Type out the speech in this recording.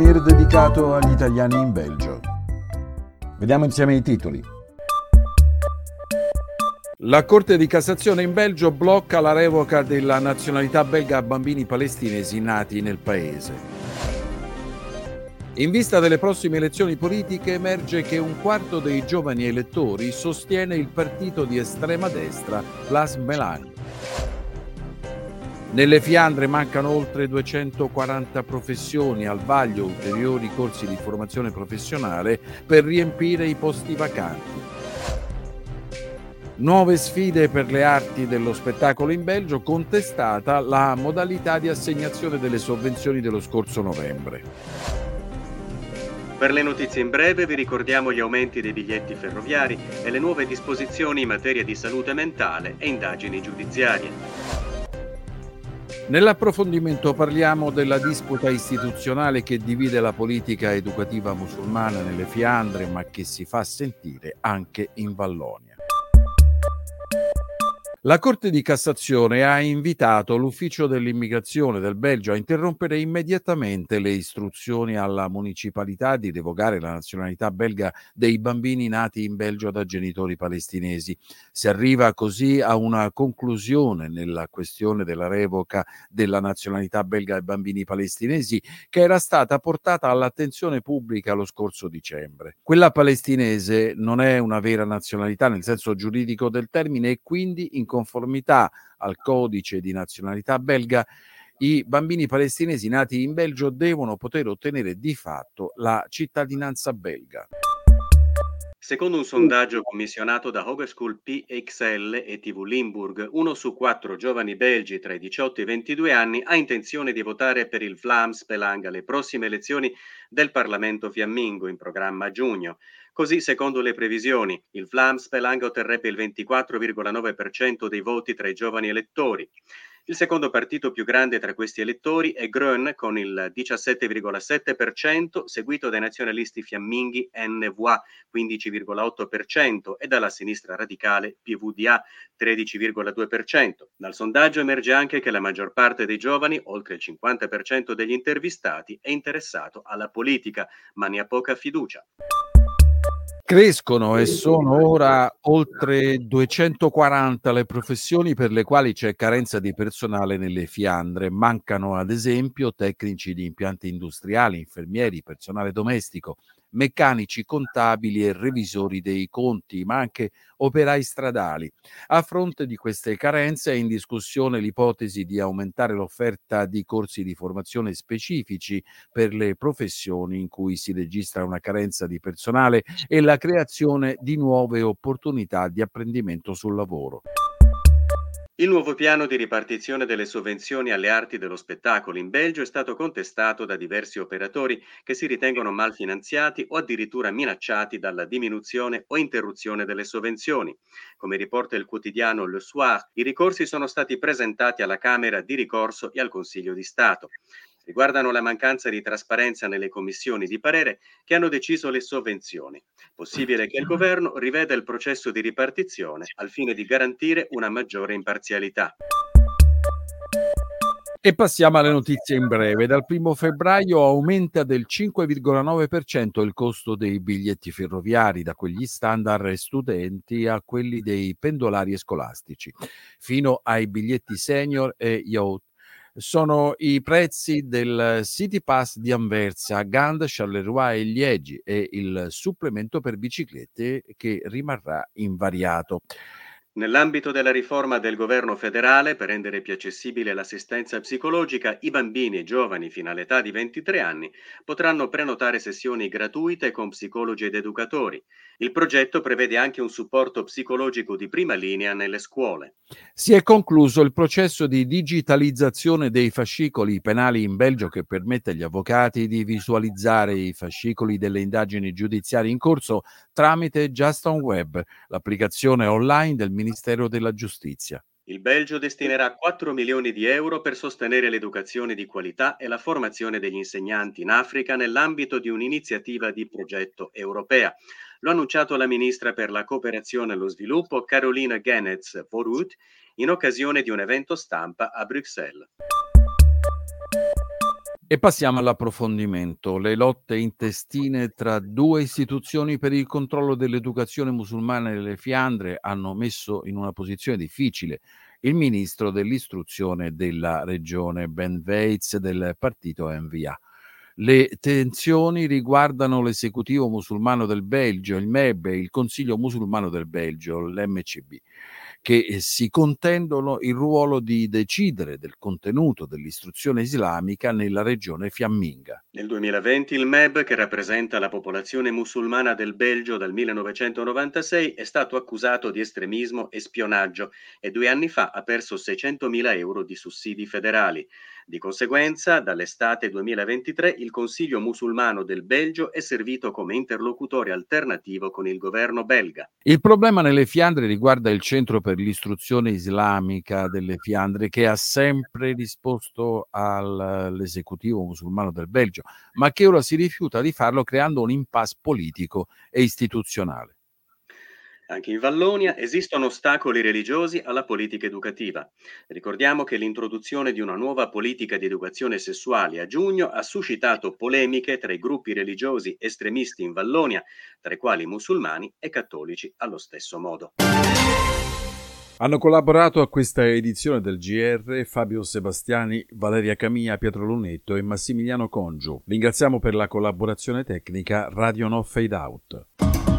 souvenir dedicato agli italiani in Belgio. Vediamo insieme i titoli. La Corte di Cassazione in Belgio blocca la revoca della nazionalità belga a bambini palestinesi nati nel paese. In vista delle prossime elezioni politiche emerge che un quarto dei giovani elettori sostiene il partito di estrema destra Place Melange. Nelle Fiandre mancano oltre 240 professioni, al vaglio ulteriori corsi di formazione professionale per riempire i posti vacanti. Nuove sfide per le arti dello spettacolo in Belgio, contestata la modalità di assegnazione delle sovvenzioni dello scorso novembre. Per le notizie in breve vi ricordiamo gli aumenti dei biglietti ferroviari e le nuove disposizioni in materia di salute mentale e indagini giudiziarie. Nell'approfondimento parliamo della disputa istituzionale che divide la politica educativa musulmana nelle Fiandre, ma che si fa sentire anche in Vallonia. La Corte di Cassazione ha invitato l'Ufficio dell'Immigrazione del Belgio a interrompere immediatamente le istruzioni alla municipalità di revocare la nazionalità belga dei bambini nati in Belgio da genitori palestinesi. Si arriva così a una conclusione nella questione della revoca della nazionalità belga ai bambini palestinesi, che era stata portata all'attenzione pubblica lo scorso dicembre. Quella palestinese non è una vera nazionalità nel senso giuridico del termine e quindi in conformità al codice di nazionalità belga, i bambini palestinesi nati in Belgio devono poter ottenere di fatto la cittadinanza belga. Secondo un sondaggio commissionato da Hogeschool PXL e TV Limburg, 1 su 4 giovani belgi tra i 18 e i 22 anni ha intenzione di votare per il Vlaams Belang alle prossime elezioni del Parlamento fiammingo in programma a giugno. Così, secondo le previsioni, il Vlaams Belang otterrebbe il 24,9% dei voti tra i giovani elettori. Il secondo partito più grande tra questi elettori è Groen con il 17,7%, seguito dai nazionalisti fiamminghi NVA 15,8% e dalla sinistra radicale PVDA 13,2%. Dal sondaggio emerge anche che la maggior parte dei giovani, oltre il 50% degli intervistati, è interessato alla politica, ma ne ha poca fiducia. Crescono e sono ora oltre 240 le professioni per le quali c'è carenza di personale nelle Fiandre. Mancano ad esempio tecnici di impianti industriali, infermieri, personale domestico, meccanici, contabili e revisori dei conti, ma anche operai stradali. A fronte di queste carenze è in discussione l'ipotesi di aumentare l'offerta di corsi di formazione specifici per le professioni in cui si registra una carenza di personale e la creazione di nuove opportunità di apprendimento sul lavoro. Il nuovo piano di ripartizione delle sovvenzioni alle arti dello spettacolo in Belgio è stato contestato da diversi operatori che si ritengono mal finanziati o addirittura minacciati dalla diminuzione o interruzione delle sovvenzioni. Come riporta il quotidiano Le Soir, i ricorsi sono stati presentati alla Camera di ricorso e al Consiglio di Stato. Riguardano la mancanza di trasparenza nelle commissioni di parere che hanno deciso le sovvenzioni. Possibile che il governo riveda il processo di ripartizione al fine di garantire una maggiore imparzialità. E passiamo alle notizie in breve. Dal 1 febbraio aumenta del 5,9% il costo dei biglietti ferroviari, da quegli standard studenti a quelli dei pendolari e scolastici, fino ai biglietti senior e yacht. Sono i prezzi del City Pass di Anversa, Gand, Charleroi e Liegi e il supplemento per biciclette che rimarrà invariato. Nell'ambito della riforma del governo federale per rendere più accessibile l'assistenza psicologica, i bambini e giovani fino all'età di 23 anni potranno prenotare sessioni gratuite con psicologi ed educatori. Il progetto prevede anche un supporto psicologico di prima linea nelle scuole. Si è concluso il processo di digitalizzazione dei fascicoli penali in Belgio che permette agli avvocati di visualizzare i fascicoli delle indagini giudiziarie in corso tramite Just on Web, l'applicazione online del Ministero della Giustizia. Il Belgio destinerà 4 milioni di euro per sostenere l'educazione di qualità e la formazione degli insegnanti in Africa nell'ambito di un'iniziativa di progetto europea. Lo ha annunciato la ministra per la cooperazione e lo sviluppo Caroline Genetz-Voorhout in occasione di un evento stampa a Bruxelles. E passiamo all'approfondimento. Le lotte intestine tra due istituzioni per il controllo dell'educazione musulmana nelle Fiandre hanno messo in una posizione difficile il ministro dell'istruzione della regione Ben Weitz del partito NVA. Le tensioni riguardano l'esecutivo musulmano del Belgio, il MEB, e il Consiglio musulmano del Belgio, l'MCB, che si contendono il ruolo di decidere del contenuto dell'istruzione islamica nella regione fiamminga. Nel 2020 il MEB, che rappresenta la popolazione musulmana del Belgio dal 1996, è stato accusato di estremismo e spionaggio e 2 anni fa ha perso 600.000 euro di sussidi federali. Di conseguenza, dall'estate 2023 il Consiglio musulmano del Belgio è servito come interlocutore alternativo con il governo belga. Il problema nelle Fiandre riguarda il Centro per l'istruzione islamica delle Fiandre, che ha sempre risposto all'esecutivo musulmano del Belgio, ma che ora si rifiuta di farlo creando un impasse politico e istituzionale. Anche in Vallonia esistono ostacoli religiosi alla politica educativa. Ricordiamo che l'introduzione di una nuova politica di educazione sessuale a giugno ha suscitato polemiche tra i gruppi religiosi estremisti in Vallonia, tra i quali musulmani e cattolici allo stesso modo. Hanno collaborato a questa edizione del GR Fabio Sebastiani, Valeria Camia, Pietro Lunetto e Massimiliano Congiu. Ringraziamo per la collaborazione tecnica Radio No Fade Out.